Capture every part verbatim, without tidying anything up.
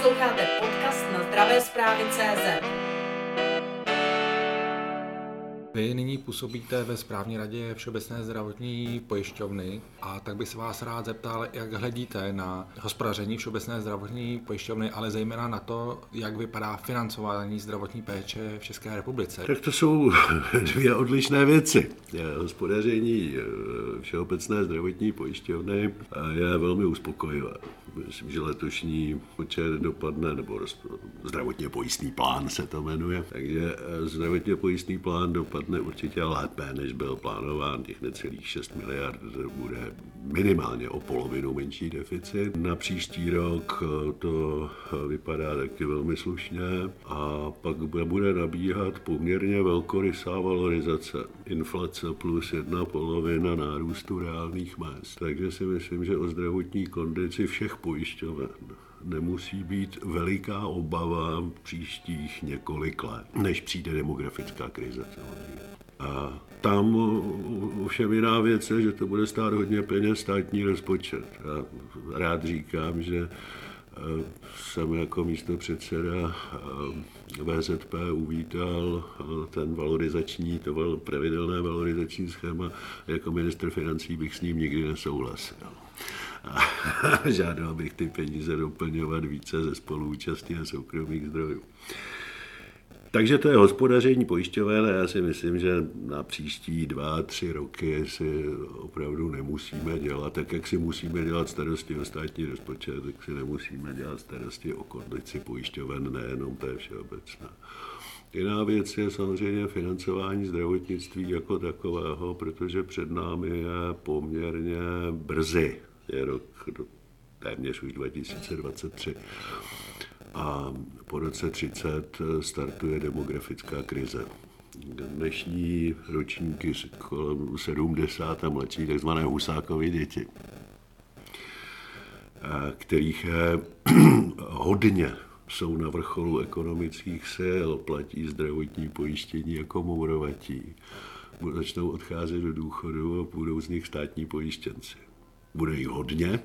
Posloucháte podcast na zdravé zprávy tečka cé zet. Vy nyní působíte ve správní radě Všeobecné zdravotní pojišťovny a tak bych se vás rád zeptal, jak hledíte na hospodaření Všeobecné zdravotní pojišťovny, ale zejména na to, jak vypadá financování zdravotní péče v České republice. Tak to jsou dvě odlišné věci. Hospodaření Všeobecné zdravotní pojišťovny je velmi uspokojivé. Myslím, že letošní počet dopadne, nebo zdravotně pojistný plán se to jmenuje, takže zdravotně pojistný plán dopadne určitě lépe, než byl plánován. Těch necelých šest miliard bude minimálně o polovinu menší deficit. Na příští rok to vypadá taky velmi slušně a pak bude nabíhat poměrně velkorysá valorizace. Inflace plus jedna polovina nárůstu reálných mezd. Takže si myslím, že o zdravotní kondici všech pojišťoven nemusí být veliká obava příštích několik let, než přijde demografická krize. A tam ovšem jiná věc je, že to bude stát hodně peněz státní rozpočet. Já rád říkám, že jsem jako místopředseda vé zet pé uvítal ten valorizační, to pravidelné valorizační schéma. Jako ministr financí bych s ním nikdy nesouhlasil. A žádal bych ty peníze doplňovat více ze spoluúčastí a soukromých zdrojů. Takže to je hospodaření pojišťoven a já si myslím, že na příští dva, tři roky si opravdu nemusíme dělat, tak jak si musíme dělat starosti o státní rozpočet, tak si nemusíme dělat starosti o kondici pojišťoven, nejenom té všeobecné. Jiná věc je samozřejmě financování zdravotnictví jako takového, protože před námi je poměrně brzy, je rok téměř už dva tisíce dvacet tři. A po roce třicet startuje demografická krize. Dnešní ročníky kolem sedmdesát a mladší, takzvané Husákovy děti, kterých je hodně, jsou na vrcholu ekonomických sil, platí zdravotní pojištění jako mourovatí, začnou odcházet do důchodu a budou z nich státní pojištěnci. Bude jich hodně,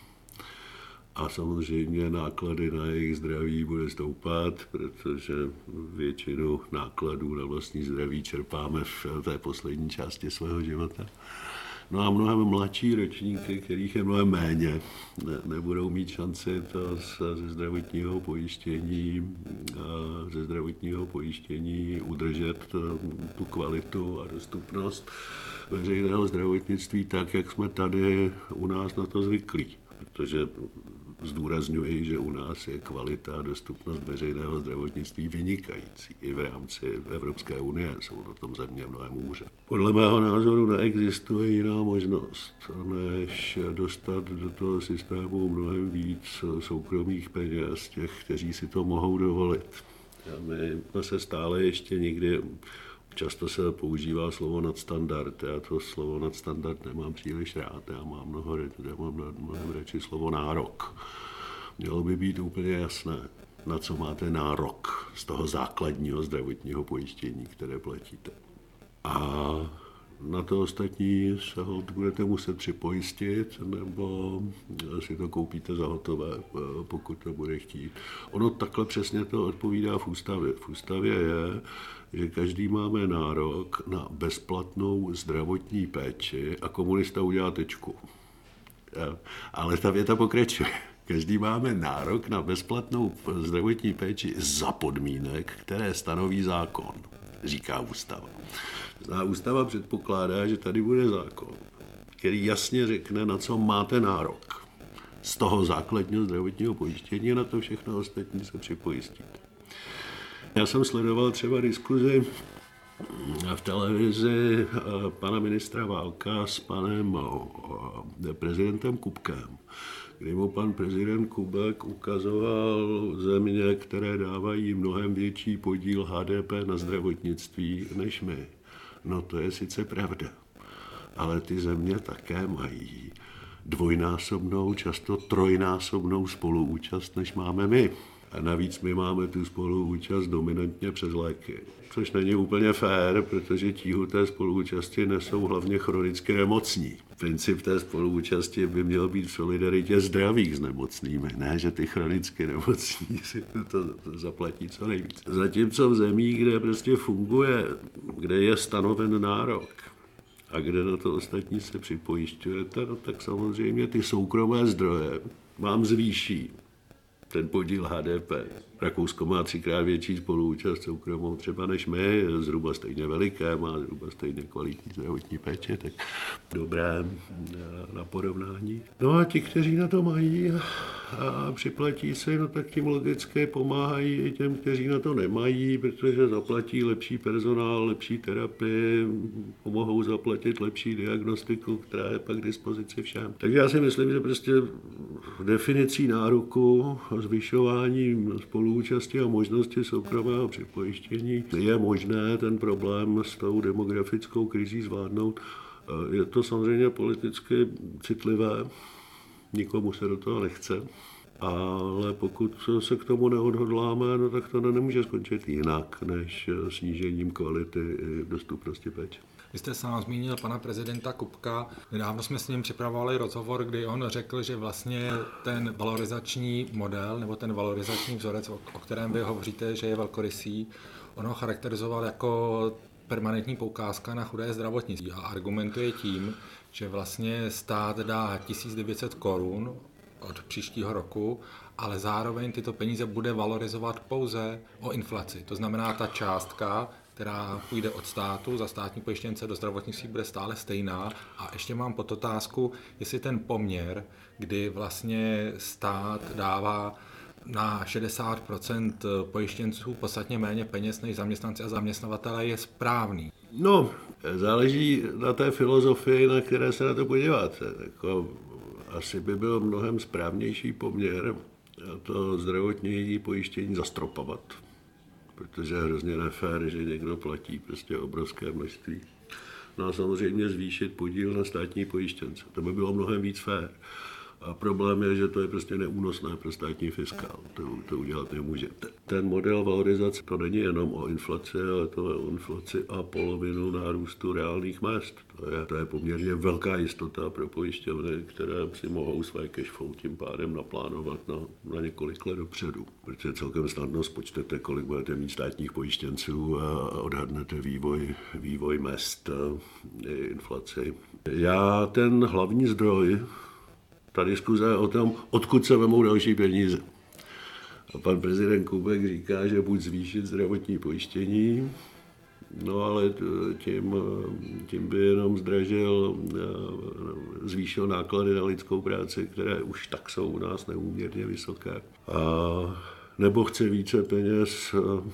a samozřejmě náklady na jejich zdraví bude stoupat, protože většinu nákladů na vlastní zdraví čerpáme v té poslední části svého života. No a mnohem mladší ročníky, kterých je mnohem méně, ne, nebudou mít šanci to ze zdravotního pojištění, ze zdravotního pojištění udržet tu kvalitu a dostupnost veřejného zdravotnictví tak, jak jsme tady u nás na to zvyklí. Protože zdůrazňuji, že u nás je kvalita a dostupnost veřejného zdravotnictví vynikající. I v rámci Evropské unie jsou na tom země mnohem hůře. Podle mého názoru neexistuje jiná možnost, než dostat do toho systému mnohem víc soukromých peněz těch, kteří si to mohou dovolit. A my se stále ještě nikdy... Často se používá slovo nadstandard. Já to slovo nadstandard nemám příliš rád. Já mám, mnoho, já mám mnohem radši slovo nárok. Mělo by být úplně jasné, na co máte nárok z toho základního zdravotního pojištění, které platíte. A na to ostatní se holt budete muset připojistit, nebo si to koupíte za hotové, pokud to bude chtít. Ono takhle přesně to odpovídá v ústavě. V ústavě je, že každý máme nárok na bezplatnou zdravotní péči a komunista udělá tečku. Ale ta věta pokračuje. Každý máme nárok na bezplatnou zdravotní péči za podmínek, které stanoví zákon, říká ústava. A ústava předpokládá, že tady bude zákon, který jasně řekne, na co máte nárok. Z toho základního zdravotního pojištění na to všechno ostatní se připojistíte. Já jsem sledoval třeba diskuzi v televizi pana ministra Válka s panem prezidentem Kubkem, kdy mu pan prezident Kubek ukazoval země, které dávají mnohem větší podíl há dé pé na zdravotnictví než my. No to je sice pravda, ale ty země také mají dvojnásobnou, často trojnásobnou spoluúčast, než máme my. A navíc my máme tu spoluúčast dominantně přes léky. Což není úplně fér, protože tíhu té spoluúčasti nesou hlavně chronicky nemocní. Princip té spoluúčasti by měl být v solidaritě zdravých s nemocnými, ne, že ty chronicky nemocní si to, to zaplatí co nejvíc. Zatímco v zemích, kde prostě funguje, kde je stanoven nárok, a kde na to ostatní se připojišťujete, no tak samozřejmě ty soukromé zdroje vám zvýší ten podíl H D P. Rakousko má třikrát větší spoluúčast soukromou třeba než my, zhruba stejně veliké, má zhruba stejně kvalitní zdravotní péče, tak dobré na porovnání. No a ti, kteří na to mají a připlatí si, no tak tím logicky pomáhají i těm, kteří na to nemají, protože zaplatí lepší personál, lepší terapii, pomohou zaplatit lepší diagnostiku, která je pak k dispozici všem. Takže já si myslím, že prostě definicí nároku a zvyšování spoluúčasti a možnosti soukromého připojištění je možné ten problém s tou demografickou krizí zvládnout. Je to samozřejmě politicky citlivé, nikomu se do toho nechce, ale pokud se k tomu neodhodláme, no tak to nemůže skončit jinak, než snížením kvality i dostupnosti péče. Vy jste sám zmínil pana prezidenta Kupka. Nedávno jsme s ním připravovali rozhovor, kdy on řekl, že vlastně ten valorizační model nebo ten valorizační vzorec, o kterém vy hovoříte, že je velkorysý, on ho charakterizoval jako permanentní poukázka na chudé zdravotnictví a argumentuje tím, že vlastně stát dá tisíc devět set korun od příštího roku, ale zároveň tyto peníze bude valorizovat pouze o inflaci. To znamená, ta částka, která půjde od státu za státní pojištěnce do zdravotnictví, bude stále stejná. A ještě mám pod otázku, jestli ten poměr, kdy vlastně stát dává na šedesát procent pojištěnců podstatně méně peněz než zaměstnanci a zaměstnavatele, je správný. No, záleží na té filozofii, na které se na to podíváte. Jako, asi by byl mnohem správnější poměr to zdravotní pojištění zastropovat, protože je hrozně nefér, že někdo platí prostě obrovské množství. No a samozřejmě zvýšit podíl na státní pojištěnce. To by bylo mnohem víc fér. A problém je, že to je prostě neúnosné pro státní fiskál. To, to udělat nemůže. Ten model valorizace, to není jenom o inflaci, ale to je o inflaci a polovinu nárůstu reálných mezd. To je, to je poměrně velká jistota pro pojišťovny, které si mohou své cash flow tím pádem naplánovat na, na několik let dopředu. Protože celkem snadno spočtete, kolik budete mít státních pojištěnců a odhadnete vývoj, vývoj mezd a inflaci. Já ten hlavní zdroj, ta diskuze o tom, odkud se vemou další peníze. A pan prezident Kubek říká, že buď zvýšit zdravotní pojištění, no ale tím, tím by jenom zdražil, zvýšil náklady na lidskou práci, které už tak jsou u nás neúměrně vysoké. A nebo chce více peněz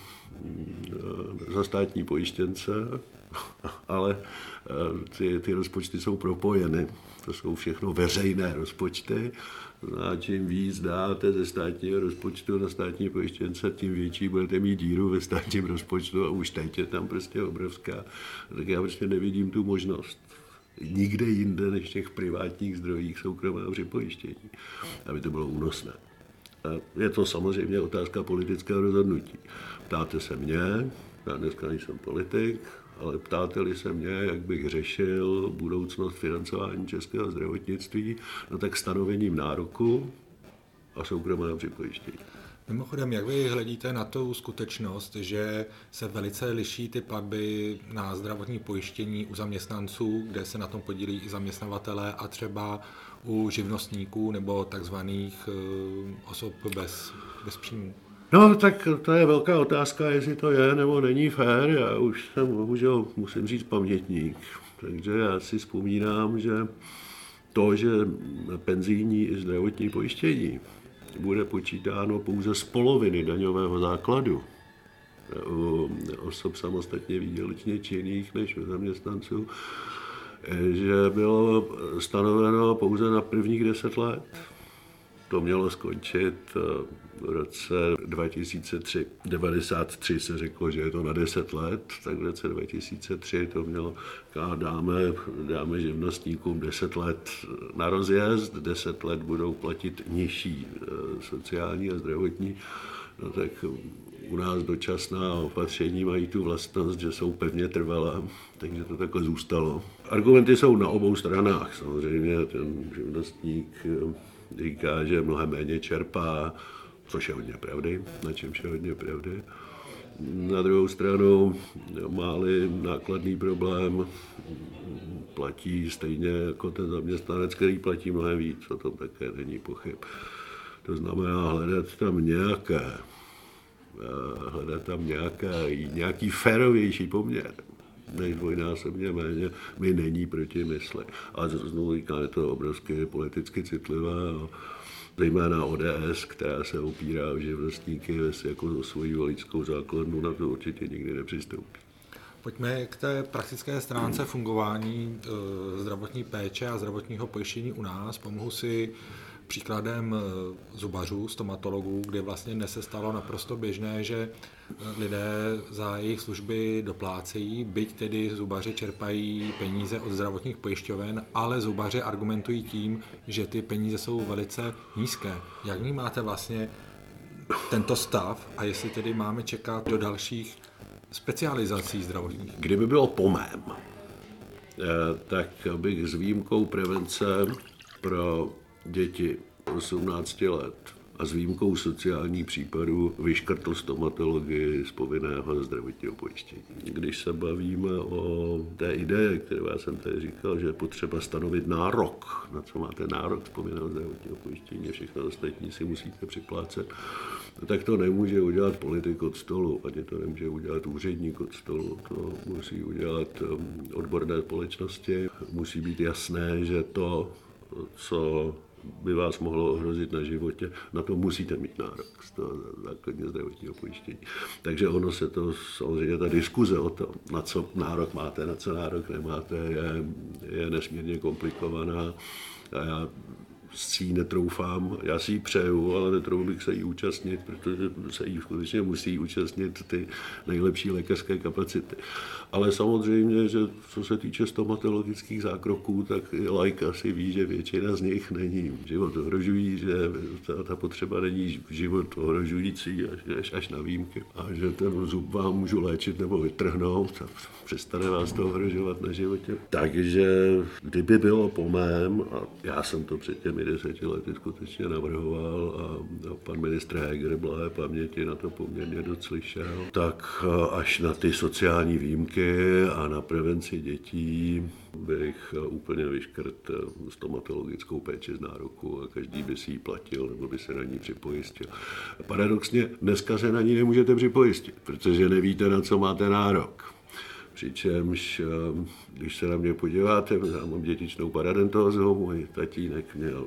za státní pojištěnce, ale ty, ty rozpočty jsou propojeny. To jsou všechno veřejné rozpočty. A čím víc dáte ze státního rozpočtu na státní pojištěnce, tím větší budete mít díru ve státním rozpočtu a už teď je tam prostě obrovská. Tak já prostě nevidím tu možnost nikde jinde než v těch privátních zdrojích soukromého připojištění, aby to bylo únosné. A je to samozřejmě otázka politického rozhodnutí. Ptáte se mě, já dneska nejsem politik, ale ptáte-li se mě, jak bych řešil budoucnost financování českého zdravotnictví, no tak stanovením nároku a soukromého připojištění. Mimochodem, jak vy hledíte na tu skutečnost, že se velice liší ty platby na zdravotní pojištění u zaměstnanců, kde se na tom podílí i zaměstnavatelé, a třeba u živnostníků nebo takzvaných osob bez, bez příjmu? No, tak to je velká otázka, jestli to je nebo není fér. Já už jsem, bohužel, musím říct, pamětník. Takže já si vzpomínám, že to, že penzijní i zdravotní pojištění bude počítáno pouze z poloviny daňového základu u osob samostatně výdělečně činných než u zaměstnanců, že bylo stanoveno pouze na prvních deset let. To mělo skončit v roce dva tisíce tři. devadesát tři se řeklo, že je to na deset let, tak v roce dva tisíce tři to mělo, dáme, dáme živnostníkům deset let na rozjezd, deset let budou platit nižší sociální a zdravotní No tak u nás dočasná opatření mají tu vlastnost, že jsou pevně trvalá, takže to takhle zůstalo. Argumenty jsou na obou stranách. Samozřejmě ten živnostník říká, že mnohem méně čerpá, což je hodně pravdy, na čemž je hodně pravdy. Na druhou stranu má-li nákladný problém, platí stejně jako ten zaměstnanec, který platí mnohem víc, o tom také není pochyb. To znamená hledat tam nějaké, hledat tam nějaké, nějaký férovější poměr, než dvojnásobně méně, mi není proti mysli. A znovu říkám, je to obrovsky politicky citlivé, zejména O D S, která se opírá o živnostníky jako o svoji voličskou základnu, na to určitě nikdy nepřistoupí. Pojďme k té praktické stránce fungování e, zdravotní péče a zdravotního pojištění u nás. Pomohu si příkladem zubařů, stomatologů, kde vlastně dnes se stalo naprosto běžné, že lidé za jejich služby doplácejí, byť tedy zubaři čerpají peníze od zdravotních pojišťoven, ale zubaři argumentují tím, že ty peníze jsou velice nízké. Jak vnímáte vlastně tento stav a jestli tedy máme čekat do dalších specializací zdravotních? Kdyby bylo po mém, tak bych s výjimkou prevence pro děti osmnácti let a s výjimkou sociálních případů vyškrtl stomatologii z povinného zdravotního pojištění. Když se bavíme o té ideje, kterou já jsem tady říkal, že je potřeba stanovit nárok, na co máte nárok z povinného zdravotního pojištění, všechno ostatní si musíte připlácet, tak to nemůže udělat politik od stolu, ani to nemůže udělat úředník od stolu, to musí udělat odborné společnosti, musí být jasné, že to, co by vás mohlo ohrozit na životě, na to musíte mít nárok z toho základního zdravotního pojištění. Takže ono se to, samozřejmě ta diskuze o tom, na co nárok máte, na co nárok nemáte, je, je nesmírně komplikovaná a já si ji netroufám, já si ji přeju, ale netroufám bych se jí účastnit, protože se jí skutečně musí účastnit ty nejlepší lékařské kapacity. Ale samozřejmě, že co se týče stomatologických zákroků, tak laik asi ví, že většina z nich není život ohrožují, že ta, ta potřeba není život ohrožující až, až, až na výjimky. A že ten zub vám můžu léčit nebo vytrhnout a přestane vás to ohrožovat na životě. Takže kdyby bylo po mém, a já jsem to před těmi deseti lety skutečně navrhoval a pan ministr Heger blahé paměti na to poměrně dost slyšel, tak až na ty sociální výjimky a na prevenci dětí bych úplně vyškrt stomatologickou péči z nároku a každý by si ji platil nebo by se na ní připojistil. Paradoxně dneska se na ní nemůžete připojistit, protože nevíte, na co máte nárok. Přičemž, když se na mě podíváte, já mám dětičnou paradentózu, můj tatínek měl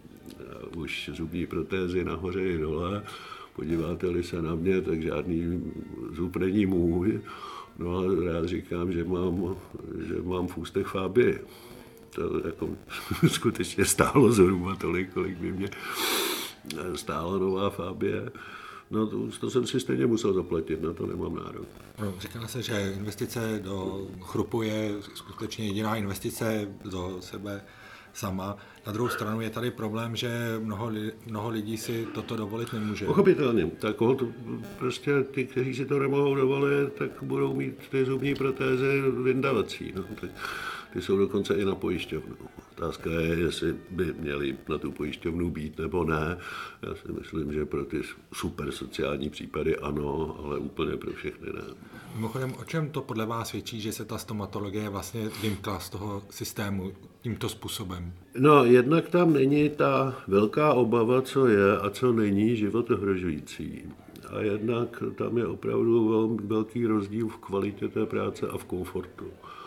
už zubní protézy nahoře i dole, podíváte-li se na mě, tak žádný zub není můj, no ale rád říkám, že mám, že mám v ústech fábii. To jako skutečně stálo zhruba tolik, kolik by mě stála nová fábie. No to, to jsem si stejně musel zaplatit, na to nemám nárok. No, říká se, že investice do chrupu je skutečně jediná investice do sebe sama. Na druhou stranu je tady problém, že mnoho, li, mnoho lidí si toto dovolit nemůže. Pochopitelně. Tak to, prostě ty, kteří si to nemohou dovolit, tak budou mít ty zubní protézy vyndavací. No. Ty, ty jsou dokonce i na pojišťovnu. Otázka je, jestli by měli na tu pojišťovnu být nebo ne. Já si myslím, že pro ty super sociální případy ano, ale úplně pro všechny ne. Mimochodem, o čem to podle vás svědčí, že se ta stomatologie vlastně vymkla z toho systému tímto způsobem? No, jednak tam není ta velká obava, co je a co není život ohrožující. A jednak tam je opravdu velký rozdíl v kvalitě té práce a v komfortu.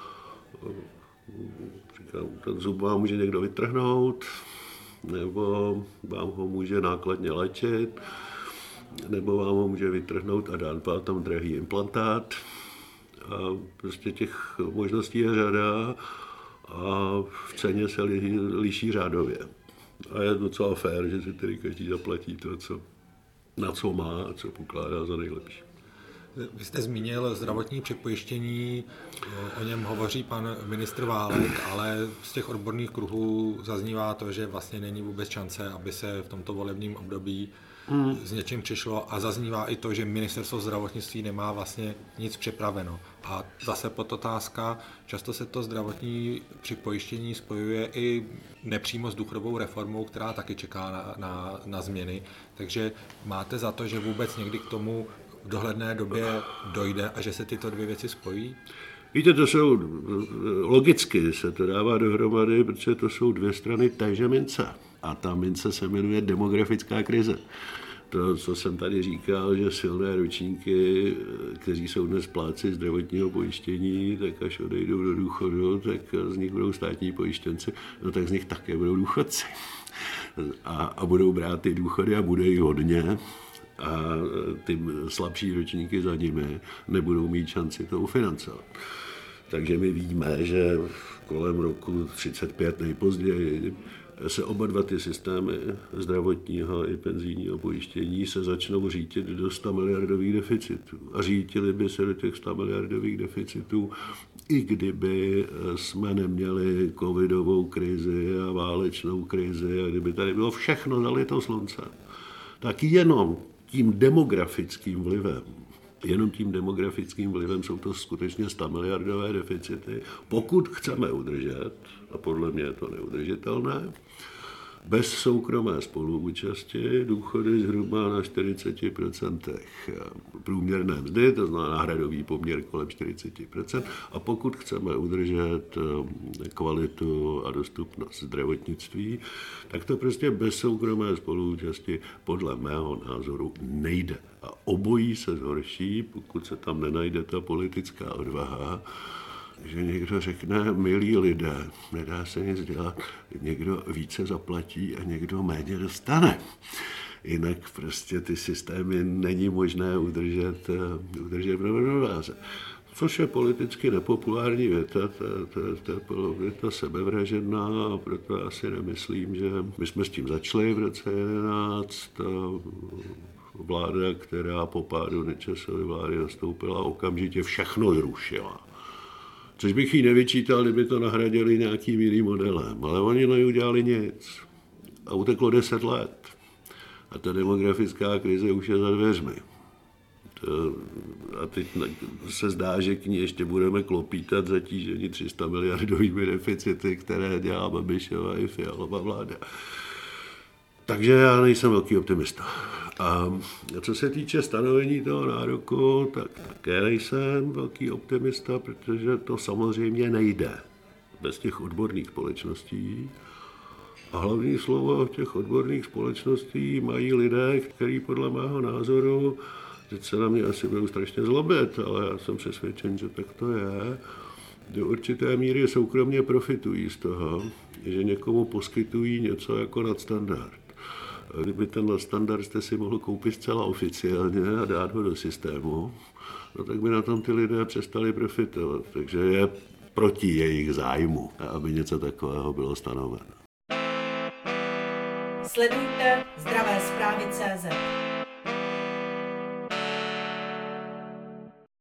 Říkám, ten zub vám může někdo vytrhnout, nebo vám ho může nákladně léčit, nebo vám ho může vytrhnout a dát tam drahý implantát. A prostě těch možností je řada a v ceně se liší řádově. A je docela fér, že si tedy každý zaplatí to, co, na co má a co pokládá za nejlepší. Vy jste zmínil zdravotní připojištění, o něm hovoří pan ministr Válek, ale z těch odborných kruhů zaznívá to, že vlastně není vůbec šance, aby se v tomto volebním období hmm. s něčím přišlo, a zaznívá i to, že ministerstvo zdravotnictví nemá vlastně nic připraveno. A zase podotázka, často se to zdravotní připojištění spojuje i nepřímo s důchodovou reformou, která taky čeká na, na, na změny. Takže máte za to, že vůbec někdy k tomu v dohledné době dojde a že se tyto dvě věci spojí? Víte, to jsou, logicky se to dává dohromady, protože to jsou dvě strany téže mince. A ta mince se jmenuje demografická krize. To, co jsem tady říkal, že silné ročníky, kteří jsou dnes plátci zdravotního pojištění, tak až odejdou do důchodu, tak z nich budou státní pojištěnci, no tak z nich také budou důchodci. A, a budou brát ty důchody a bude jich hodně. A ty slabší ročníky za nimi nebudou mít šanci to ufinancovat. Takže my víme, že kolem roku třicet pět nejpozději se oba dva ty systémy zdravotního i penzijního pojištění se začnou řítit do sto miliardových deficitů. A řítili by se do těch sto miliardových deficitů, i kdyby jsme neměli covidovou krizi a válečnou krizi, a kdyby tady bylo všechno zalito slunce. Tak jenom tím demografickým vlivem, jenom tím demografickým vlivem jsou to skutečně sto miliardové deficity, pokud chceme udržet, a podle mě je to neudržitelné, bez soukromé spoluúčasti důchody zhruba na čtyřicet procent průměrné mzdy, to znamená náhradový poměr kolem čtyřicet procent, a pokud chceme udržet kvalitu a dostupnost zdravotnictví, tak to prostě bez soukromé spoluúčasti podle mého názoru nejde. A obojí se zhorší, pokud se tam nenajde ta politická odvaha, že někdo řekne, milí lidé, nedá se nic dělat, někdo více zaplatí a někdo méně dostane. Jinak prostě ty systémy není možné udržet, udržet v rovnováze. Což je politicky nepopulární věta, to je věta sebevražedná, a proto asi nemyslím, že my jsme s tím začali v roce jedenáct. Vláda, která po pádu Nečasovy vlády nastoupila, okamžitě všechno zrušila. Což bych jí nevyčítal, kdyby to nahradili nějakým jiným modelem. Ale oni neudělali nic. A uteklo deset let. A ta demografická krize už je za dveřmi. To, a teď se zdá, že k ní ještě budeme klopítat zatížení tři sta miliardovými deficity, které dělá Babišova i Fialova vláda. Takže já nejsem velký optimista. A co se týče stanovení toho nároku, tak také nejsem velký optimista, protože to samozřejmě nejde bez těch odborných společností. A hlavní slovo těch odborných společností mají lidé, kteří podle mého názoru, teď se na mě asi budou strašně zlobit, ale já jsem přesvědčen, že tak to je, do určité míry soukromně profitují z toho, že někomu poskytují něco jako nadstandard. Kdyby ten standard jste si mohl koupit zcela oficiálně a dát ho do systému, no tak by na tom ty lidé přestali profitovat. Takže je proti jejich zájmu, aby něco takového bylo stanoveno. Sledujte Zdravé zprávy tečka cé zet.